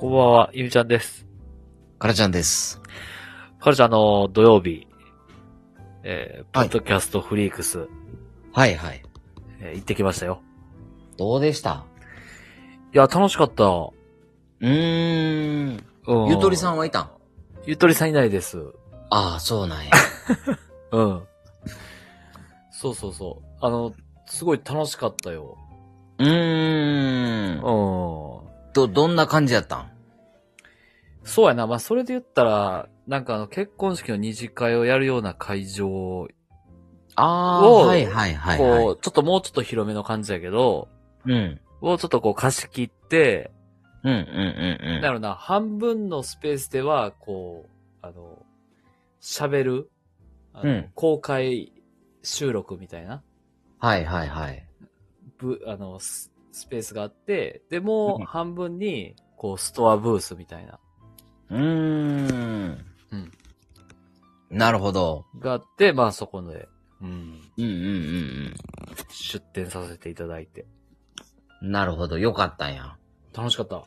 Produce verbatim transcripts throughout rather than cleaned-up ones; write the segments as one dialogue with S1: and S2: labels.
S1: こんばんは、ゆみちゃんです。
S2: かなちゃんです。
S1: かなちゃん、あの、土曜日、えー、ポ
S2: はい。
S1: ッドキャストフリークス、
S2: はいはい。
S1: えー行ってきましたよ。
S2: どうでした？
S1: いや、楽しかった。う
S2: うーん。
S1: ん。
S2: ゆとりさんはいたん？
S1: ゆとりさんいないです。
S2: ああ、そうなんや。
S1: うん。そうそうそう。あの、すごい楽しかったよ。
S2: うーん。
S1: うん。
S2: ど、どんな感じやったん？
S1: そうやな。まあ、それで言ったら、なんかあの、結婚式の二次会をやるような会場を、
S2: ああー、はいはいはいは
S1: こう、
S2: い。
S1: ちょっともうちょっと広めの感じやけど、
S2: うん。
S1: をちょっとこう貸し切って、
S2: うんうんうんうん。
S1: だろうな、半分のスペースでは、こう、あの、喋る、あの、
S2: うん。
S1: 公開収録みたいな、
S2: はいはいはい。
S1: ぶ、あの、ス、スペースがあって、でも、
S2: う
S1: 半分に、こう、ストアブースみたいな、
S2: ん。うーん。
S1: うん、
S2: なるほど。
S1: があって、まあそこで、うん、
S2: うんうんうん
S1: 出展させていただいて。
S2: うん。なるほど。よかったんや。
S1: 楽しかった。
S2: う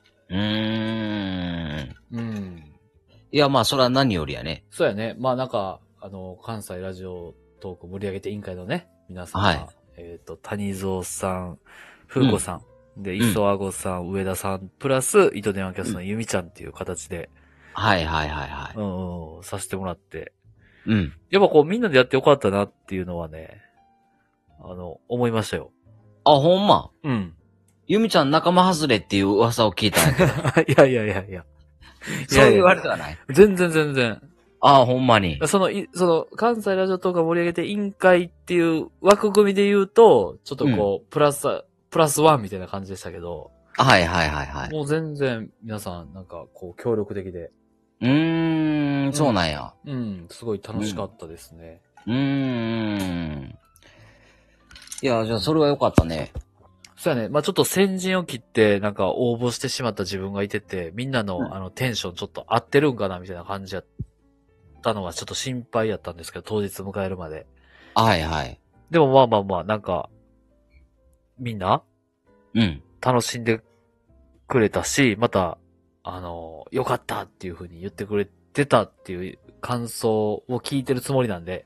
S2: ーん。
S1: うん。
S2: いや、まあ、それは何よりやね。
S1: そうやね。まあなんか、あの、関西ラジオトーク盛り上げて委員会のね、皆様、
S2: はい。
S1: えっ、と、谷蔵さん、風子
S2: うん。
S1: さん、で、
S2: うん。
S1: 磯あごさん、上田さん、プラス、糸電話キャ
S2: うん。
S1: ストのゆみちゃんっていう形で、
S2: はいはいはいはい。
S1: うんうん、させてもらって、
S2: うん。
S1: やっぱこうみんなでやってよかったなっていうのはね、あの、思いましたよ。
S2: あ、ほんま。
S1: うん。
S2: ゆみちゃん仲間外れっていう噂を聞いたんやけど。
S1: いやいやいやいや。い
S2: そういう
S1: やいや。
S2: あれではない？
S1: 全然全然。
S2: ああ、ほんまに。
S1: その、い、その、関西ラジオトークを盛り上げて委員会っていう枠組みで言うと、ちょっとこう、プラス、プラスワンみたいな感じでしたけど、
S2: はいはいはいはい。
S1: もう全然皆さんなんかこう協力的で、
S2: うーん、そうなんや。
S1: うん、すごい楽しかったですね。
S2: うーん。いや、じゃあそれはよかったね。
S1: そうやね。まあちょっと先陣を切ってなんか応募してしまった自分がいてて、みんな
S2: うん
S1: のあのテンションちょっと合ってるんかなみたいな感じやったのはちょっと心配やったんですけど、当日迎えるまで。
S2: はいはい。
S1: でもまあまあまあ、なんか、みんな
S2: うん。
S1: 楽しんでくれたし、また、あの、良かったっていう風に言ってくれてたっていう感想を聞いてるつもりなんで。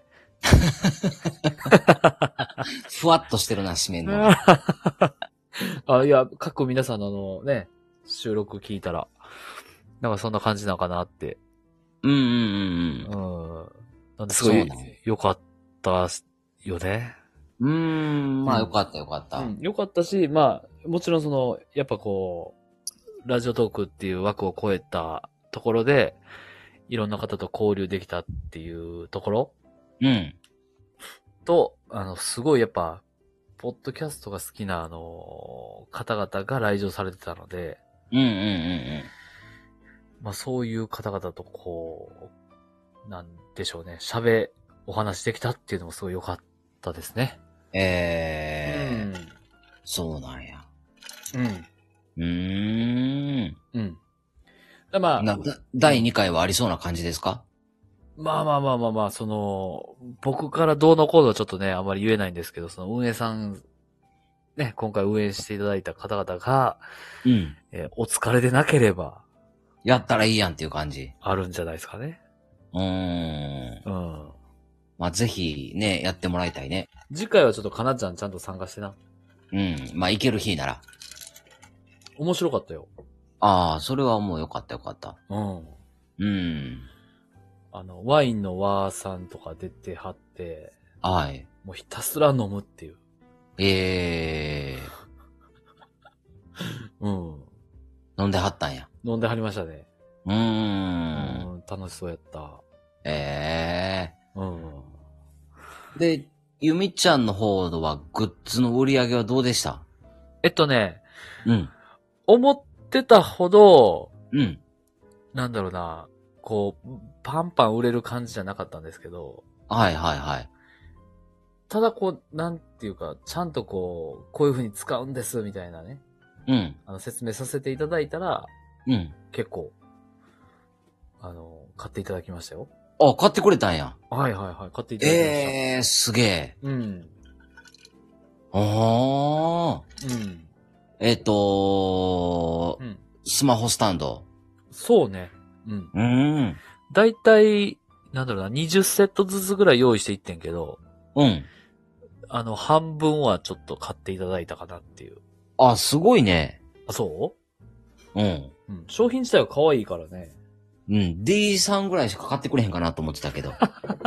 S2: ふわっとしてるな、締めんのが。
S1: あ、いや、各皆さんのあのね、収録聞いたら、なんかそんな感じなのかなって。
S2: うんうんうん
S1: う
S2: うん。
S1: ん。なんですごい
S2: そうなんや。
S1: 良かったよね。
S2: うーん、
S1: うん。
S2: まあよかったよかった。
S1: うん。良かったし、まあ、もちろんその、やっぱこう、ラジオトークっていう枠を超えたところで、いろんな方と交流できたっていうところ
S2: うん。
S1: と、あの、すごいやっぱ、ポッドキャストが好きな、あの、方々が来場されてたので、
S2: うんうんうん
S1: まあそういう方々とこう、なんでしょうね、喋、お話できたっていうのもすごい良かったですね。
S2: うん。
S1: う
S2: えー、
S1: ん。
S2: そうなんや。
S1: うん。
S2: うーん。
S1: うん。だまあ、
S2: な、だだいにかいはありそうな感じですか？
S1: まあまあまあまあまあ、その、僕からどうのこうのはちょっとね、あまり言えないんですけど、その運営さん、ね、今回運営していただいた方々が、
S2: うん。
S1: えーお疲れでなければ、
S2: やったらいいやんっていう感じ。
S1: あるんじゃないですかね。
S2: うーん。
S1: うん。
S2: まあ、ぜひね、やってもらいたいね。
S1: 次回はちょっとかなちゃんちゃんと参加してな。
S2: うん。まあ、行ける日なら。
S1: 面白かったよ。
S2: ああ、それはもうよかったよかった。
S1: うん。
S2: うん。
S1: あの、ワインのワーさんとか出てはって、
S2: はい。
S1: もうひたすら飲むっていう。
S2: ええ
S1: うん。
S2: ー、飲んではったんや。
S1: 飲んではりましたね。
S2: うーん。
S1: うん、楽しそうやった。
S2: ええ
S1: うん。
S2: ー。で、ゆみちゃんの方はグッズの売り上げはどうでした？
S1: えっとね、
S2: うん。
S1: 思ってたほど、
S2: うん。
S1: なんだろうな、こう、パンパン売れる感じじゃなかったんですけど、
S2: はいはいはい。
S1: ただこう、なんていうか、ちゃんとこう、こういう風に使うんです、みたいなね、
S2: うん。
S1: あの、説明させていただいたら、
S2: うん。
S1: 結構、あの、買っていただきましたよ。
S2: あ、買ってくれたんや。
S1: はいはいはい、買っていただきました。
S2: ええー、すげえ。
S1: うん。
S2: ああ。
S1: うん。
S2: えっと、
S1: うん。
S2: スマホスタンド。
S1: そうね。うん。
S2: うーん。
S1: だいたい、なんだろうな、にじゅっセットずつぐらい用意していってんけど、
S2: うん。
S1: あの、半分はちょっと買っていただいたかなっていう。
S2: あ、すごいね。
S1: あ、そ
S2: うん。
S1: ううん。商品自体は可愛いからね。
S2: うん。D さんぐらいしか買ってくれへんかなと思ってたけど。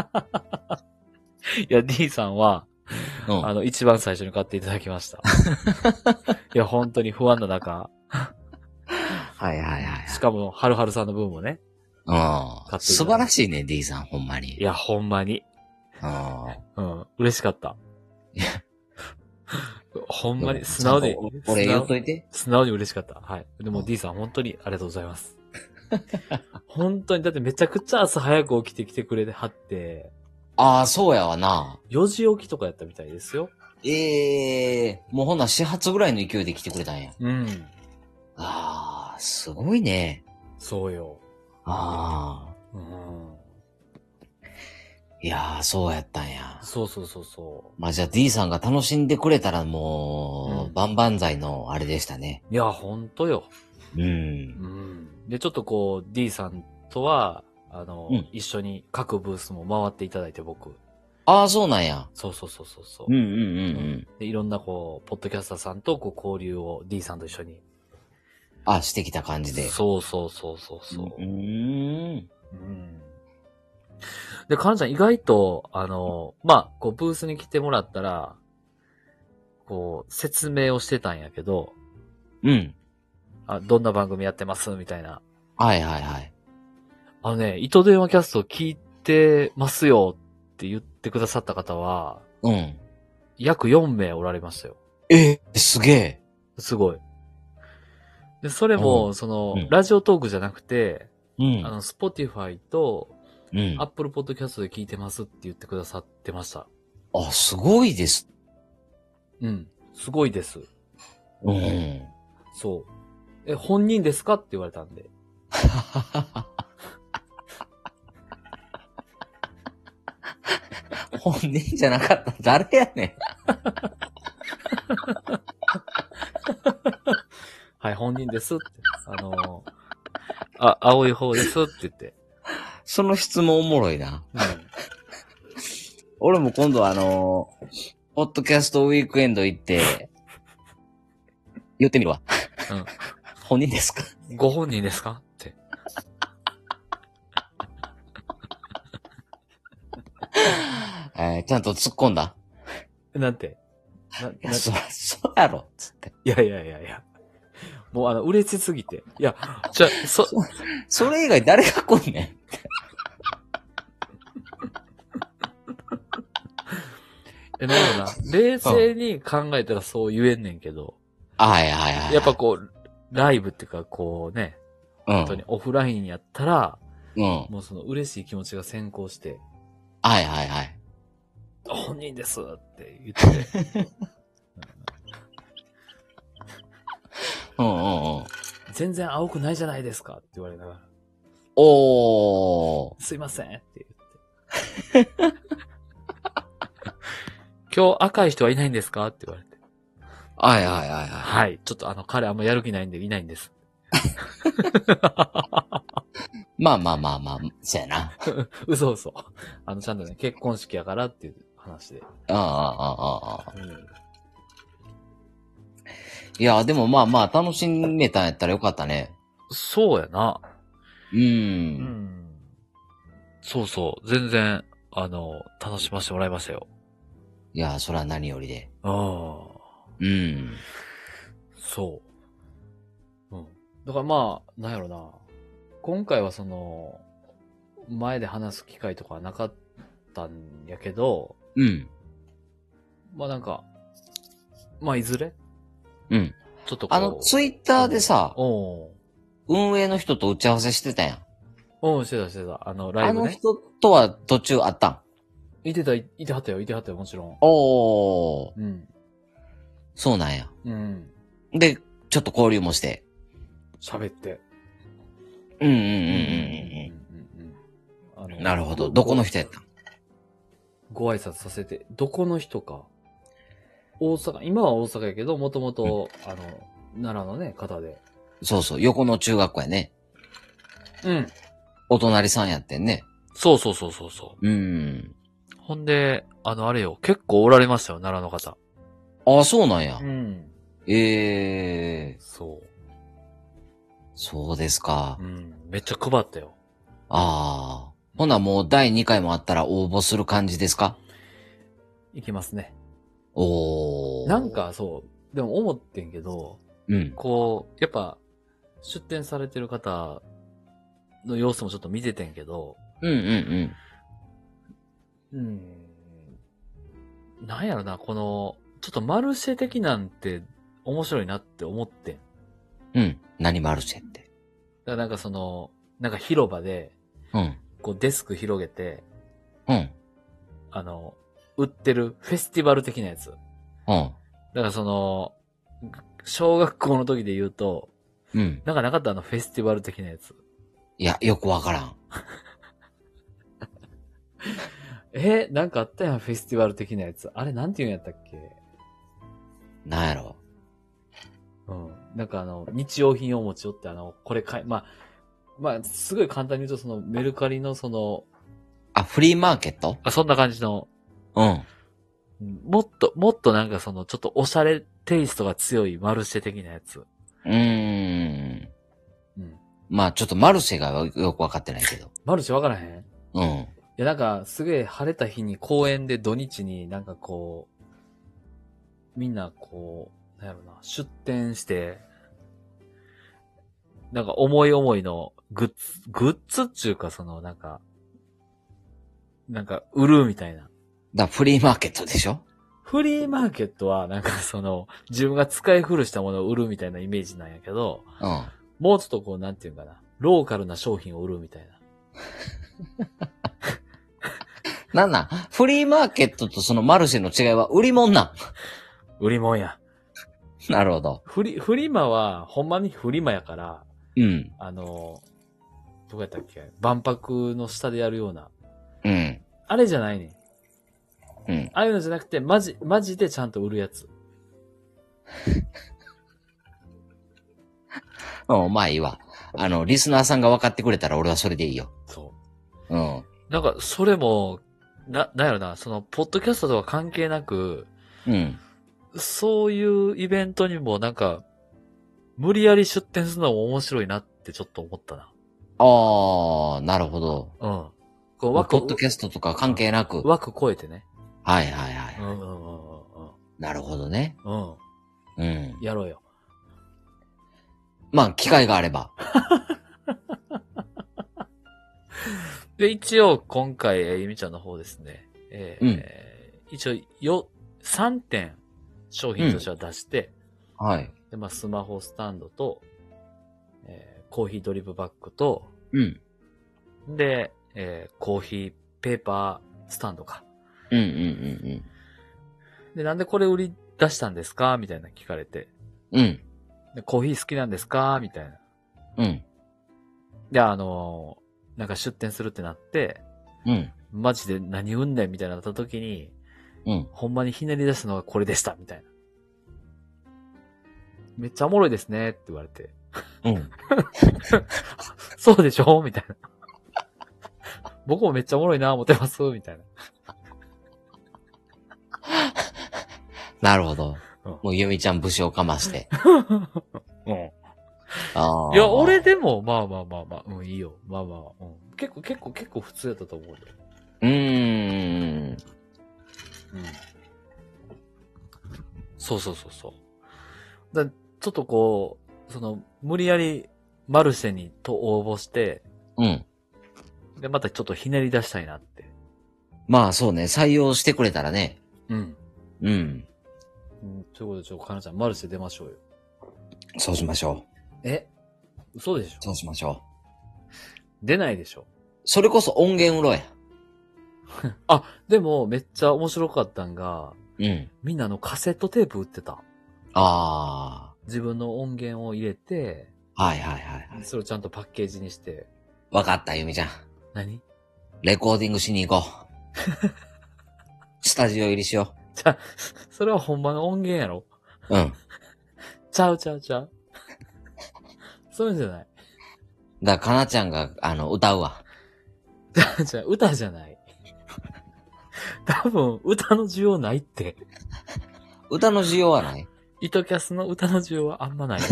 S1: いや、D さんは、
S2: うん。
S1: あの、一番最初に買っていただきました。いや、本当に不安な中。
S2: はいはいはいはい。
S1: しかも、はるはるさんの分もね。
S2: うん。
S1: 買っていただいて
S2: 素晴らしいね、D さん、ほんまに。
S1: いや、ほんまに。
S2: うん。
S1: うん。嬉しかった。ほんまに、素
S2: ちゃんと
S1: 直に、
S2: 俺
S1: 素直
S2: 言っといて。
S1: 素直に嬉しかった。はい。でも
S2: うん
S1: D さん本当にありがとうございます。本当に、だってめちゃくちゃ朝早く起きてきてくれてはって、
S2: ああ、そうやわな。
S1: よじ起きとかやったみたいですよ。
S2: ええー、もうほんなら始発ぐらいの勢いで来てくれたんや。
S1: うん。
S2: ああ、すごいね。
S1: そうよ。
S2: ああ。
S1: うん。
S2: いやー、そうやったんや。
S1: そうそうそうそ
S2: まあじゃあ D さんが楽しんでくれたらもう、
S1: うん
S2: 万々歳のあれでしたね。
S1: う。いや、ほんとよ。
S2: うん。
S1: うん。で、ちょっとこう、D さんとは、あの、
S2: うん
S1: 一緒に各ブースも回っていただいて僕。
S2: ああ、そうなんや。
S1: そうそうそうそうそう。
S2: うんうんうんうん。
S1: で、いろんなこう、ポッドキャスターさんとこう交流を D さんと一緒に。
S2: あ、してきた感じで。
S1: そうそうそうそうそう
S2: う。ーん。
S1: うん。で、かなちゃん意外と、あの、まあ、こう、ブースに来てもらったら、こう、説明をしてたんやけど、
S2: うん。
S1: あ、どんな番組やってますみたいな。
S2: はいはいはい。
S1: あのね、糸電話キャスト聞いてますよって言ってくださった方は、
S2: うん。
S1: 約よんめいおられましたよ。
S2: え、すげえ。
S1: すごい。で、それも、その、
S2: うん
S1: ラジオトークじゃなくて、
S2: うん。
S1: あの、スポティファイと、
S2: うん
S1: アッ。プルポッドキャストで聞いてますって言ってくださってました。
S2: あ、すごいです。
S1: うん。すごいです。
S2: うん。
S1: そう。え、本人ですかって言われたんで。
S2: 本人じゃなかった。誰やねん。
S1: はい、本人ですって。あのーあ、青い方ですって言って。
S2: その質問おもろいな。
S1: うん。
S2: 俺も今度あのー、ポッドキャストウィークエンド行って、言ってみるわ。
S1: うん。
S2: 本人ですか
S1: ご本人ですかって。
S2: えー、ちゃんと突っ込んだ
S1: なんて。な、
S2: いや、
S1: な
S2: そら、そうやろ。つって。
S1: いやいやいやいや。もうあの、嬉しすぎて。いや、じゃ、そ、
S2: それ以外誰が来んねん。
S1: え、なんだろうな。冷静に考えたらそう言えんねんけど。
S2: はいはいはい。
S1: やっぱこう、ライブっていうかこうね、
S2: うん。
S1: 本当にオフラインやったら、
S2: うん。
S1: もうその嬉しい気持ちが先行して、
S2: はいはいはい。
S1: 本人ですって言ってて、
S2: うんうんうん。
S1: 全然青くないじゃないですかって言われながら、
S2: おー。
S1: すいませんって言って。今日赤い人はいないんですかって言われて。
S2: はいはいはいはい。
S1: はい。ちょっとあの彼あんまやる気ないんでいないんです。
S2: まあまあまあまあ、そうやな。
S1: 嘘嘘。あのちゃんとね、結婚式やからっていう話で。
S2: ああ、ああ、ああ。
S1: うん
S2: いや、でもまあまあ、楽しめたんやったらよかったね。
S1: そうやな。
S2: う。
S1: うんん。そうそう。全然、あの、楽しませてもらいましたよ。
S2: いや、それは何よりで。
S1: ああ。
S2: うん。
S1: そう。うん。だからまあ、なんやろな。今回はその、前で話す機会とかはなかったんやけど、
S2: うん。
S1: まあなんか、まあいずれ
S2: うん。
S1: ちょっとこう。
S2: あの、ツイッターでさ、
S1: おう
S2: 運営の人と打ち合わせしてたやん。
S1: おうしてたしてた。あの、ライブね。
S2: あの人とは途中あったん
S1: いてた、いてはったよ、いてはったよ、もちろん。
S2: おー。
S1: うん。
S2: そうなんや。
S1: うん。
S2: で、ちょっと交流もして。
S1: 喋って。
S2: うんうんうんうん
S1: うんうんうん。あの
S2: うん。なるほど。どこの人やったん
S1: ご挨拶させて、どこの人か。大阪、今は大阪やけど、もともと、あの、奈良のね、方で。
S2: そうそう、横の中学校やね。
S1: うん。
S2: お隣さんやってんね。
S1: そうそうそうそうそう。
S2: うん。
S1: ほんで、あの、あれよ、結構おられましたよ、奈良の方。
S2: ああ、そうなんや。
S1: ん。
S2: ええー、
S1: そ
S2: そうですか。
S1: う。うん。めっちゃ配ったよ。
S2: ああ。ほなもうだいにかいもあったら応募する感じですか？
S1: いきますね。
S2: おー。
S1: なんかそう、でも思ってんけど、
S2: うん。
S1: こう、やっぱ、出店されてる方の様子もちょっと見ててんけど、
S2: うんうん
S1: うん。なんやろな、この、ちょっとマルシェ的なんて面白いなって思ってん。だか
S2: うん。うん。何マルシェって。
S1: らなんかその、なんか広場で、
S2: うん。
S1: こうデスク広げて、
S2: うん。
S1: あの、売ってるフェスティバル的なやつ。だ
S2: うん。
S1: からその、小学校の時で言うと、
S2: うん。
S1: なんかなかったあのフェスティバル的なやつ。
S2: いや、よくわからん。
S1: え、なんかあったやん、フェスティバル的なやつ。あれなんて言うんやったっけ？
S2: なんやろ。
S1: うん。なんかあの、日用品を持ち寄ってあの、これ買い、まあ、まあ、すごい簡単に言うとそのメルカリのその、
S2: あ、フリーマーケット？
S1: あ、そんな感じの、
S2: うん。
S1: うんもっと、もっとなんかその、ちょっとおしゃれテイストが強いマルシェ的なやつ。
S2: うーん。
S1: うん。
S2: まあちょっとマルシェがよくわかってないけど。
S1: マルシェわからへん？
S2: うん。
S1: いや、なんか、すげえ晴れた日に公園で土日になんかこう、みんなこう、なんやろな、出店して、なんか思い思いのグッズ、グッズっていうかそのなんか、なんか売るみたいな。
S2: だ、フリーマーケットでしょ？
S1: フリーマーケットはなんかその、自分が使い古したものを売るみたいなイメージなんやけど、
S2: うん。
S1: もうちょっとこう、なんていうかな、ローカルな商品を売るみたいな。
S2: なんなんフリーマーケットとそのマルシェの違いは売り物なん？
S1: 売り物や。
S2: なるほど。
S1: フリ、フリマは、ほんまにフリマやから、
S2: うん。
S1: あの、どこやったっけ万博の下でやるような。
S2: うん。
S1: あれじゃないねん。
S2: うん。
S1: ああいうのじゃなくて、マジ、マジでちゃんと売るやつ。
S2: うん、まあいいわ。あの、リスナーさんが分かってくれたら俺はそれでいいよ。
S1: そ
S2: うん。
S1: う。なんか、それも、な、なんやろな、その、ポッドキャストとか関係なく、
S2: うん。
S1: そういうイベントにもなんか、無理やり出店するのも面白いなってちょっと思ったな。
S2: ああ、なるほど。
S1: うん。こう
S2: もう
S1: 枠、
S2: ポッドキャストとか関係なく。
S1: 枠超えてね。
S2: はいはいはい。
S1: うんうんうんうん
S2: なるほどね。
S1: うん。うん。
S2: うん。
S1: やろうよ。
S2: まあ、機会があれば。
S1: で、一応今回、えーゆみちゃんの方ですね。えー
S2: うん
S1: えー一応、よ、さんてん商品としては出して、
S2: はい。
S1: で、まあ、スマホスタンドと、えーコーヒードリップバッグと、
S2: うん。
S1: で、えーコーヒーペーパースタンドか。
S2: うんうんうん
S1: で、なんでこれ売り出したんですかみたいな聞かれて。
S2: うん。うん。
S1: で、コーヒー好きなんですかみたいな。
S2: うん。
S1: で、あのーなんか出店するってなって、
S2: うん。
S1: マジで何売んねんみたいになった時に、
S2: うん。
S1: ほんまにひねり出したのがこれでした、みたいな。めっちゃおもろいですね、って言われて。
S2: うん。
S1: そうでしょみたいな。僕もめっちゃおもろいな、思ってます、みたいな。
S2: なるほど。
S1: うん
S2: もうゆみちゃん節をかまして。
S1: うん。
S2: ああ。
S1: いや、俺でも、まあまあまあまあ、うん、いいよ。まあまあ、うん。結構、結構、結構普通やったと思うよ。
S2: うーん。
S1: うん。そうそうそうそう。だちょっとこう、その、無理やりマルシェにと応募して、
S2: うん。
S1: で、またちょっとひねり出したいなって。
S2: まあそうね、採用してくれたらね。
S1: うん。
S2: うん。
S1: うん、ということで、ちょ、かなちゃん、マルシェ出ましょうよ。
S2: そうしましょ
S1: え嘘でし
S2: う。
S1: ょ
S2: そうしましょ
S1: 出ないでしょ
S2: う。それこそ音源売ろうや。
S1: あ、でも、めっちゃ面白かったんが、
S2: うん。
S1: みんなあのカセットテープ売ってた。
S2: あ
S1: 自分の音源を入れて、
S2: あ。はいはいはいはい。
S1: それをちゃんとパッケージにして、
S2: わかった、ゆみちゃん。
S1: 何
S2: レコーディングしに行こう。スタジオ入りしよ
S1: じゃあ、それはほんまの音源やろ
S2: う。うん。
S1: ちゃうちゃうちゃう。 そういうんじゃない。
S2: だから、かなちゃんが、あの、歌うわ。
S1: じゃあ、じゃあ歌じゃない。多分、歌の需要ないって。
S2: 歌の需要はない？
S1: 糸キャスの歌の需要はあんまないな。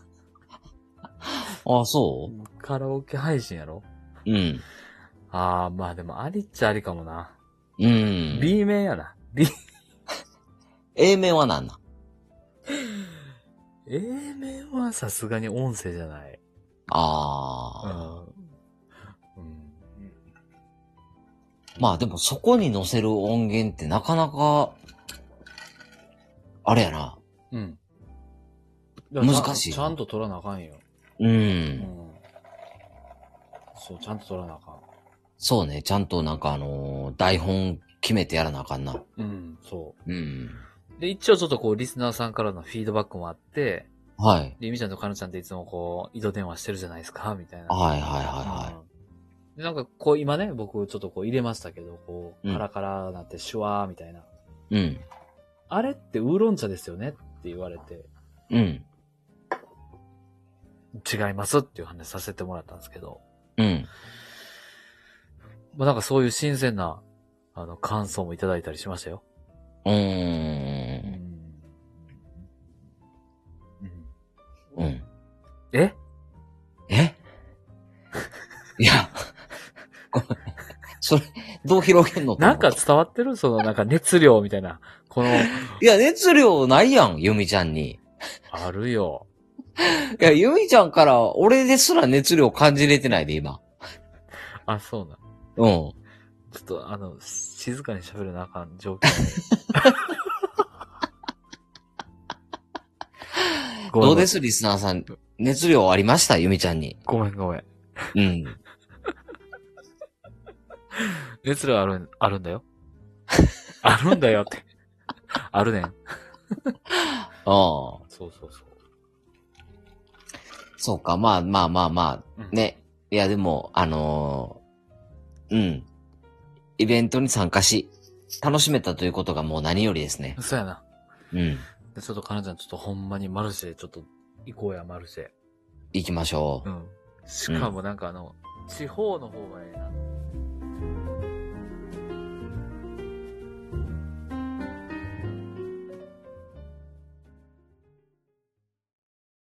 S2: ああ、そ
S1: カラオケ配信やろ？
S2: う？うん。
S1: ああ、まあでもありっちゃありかもな。
S2: うん。
S1: B 面やな。B、
S2: A 面は何なん？
S1: A 面はさすがに音声じゃない。
S2: ああ。
S1: うん。うん。
S2: まあでもそこに載せる音源ってなかなか、あれやな。
S1: うん。
S2: 難しいな
S1: ちゃんちゃんと取らなあかんよ。
S2: う。
S1: うんん。そう、ちゃんと取らなあかん。
S2: そうね。ちゃんとなんかあのー台本決めてやらなあかんな。
S1: うん、そ
S2: うん。
S1: う。で、一応ちょっとこう、リスナーさんからのフィードバックもあって、
S2: はい。
S1: で、ゆみちゃんとかなちゃんっていつもこう、井戸電話してるじゃないですか、みたいな。
S2: はいはいはいは
S1: うんで、なんかこう、今ね、僕ちょっとこう入れましたけど、こう、
S2: うん
S1: カラカラなってシュワーみたいな。
S2: い。うん。
S1: あれってウーロン茶ですよねって言われて、
S2: うん。
S1: 違いますっていう話させてもらったんですけど、
S2: うん。
S1: まあなんかそういう新鮮な、あの、感想もいただいたりしましたよ。
S2: うー。
S1: うんん。うん。
S2: うん。
S1: え
S2: えいや、ごめん。それ、どう広げんのと思った
S1: なんか伝わってるそのなんか熱量みたいな。この、
S2: いや、熱量ないやん、ゆみちゃんに。
S1: あるよ。
S2: いや、ゆみちゃんから俺ですら熱量感じれてないで、今。
S1: あ、そうな。
S2: うん。
S1: ちょっとあの、静かに喋るなあかん状況。ごめん
S2: どうです、リスナーさん。熱量ありましたゆみちゃんに。
S1: ごめんごめん。
S2: うん。
S1: 熱量ある、あるんだよ。あるんだよって。あるねん。
S2: ああ。
S1: そうそうそう。
S2: そうか、まあまあまあまあ、
S1: うん
S2: ね。いや、でも、あのーうん。イベントに参加し、楽しめたということがもう何よりですね。
S1: そうやな。
S2: うん。
S1: でちょっとかなちゃん、ちょっとほんまにマルシェ、ちょっと行こうや、マルシェ。
S2: 行きましょう。
S1: うん。しかもなんかあの、地方の方がええな。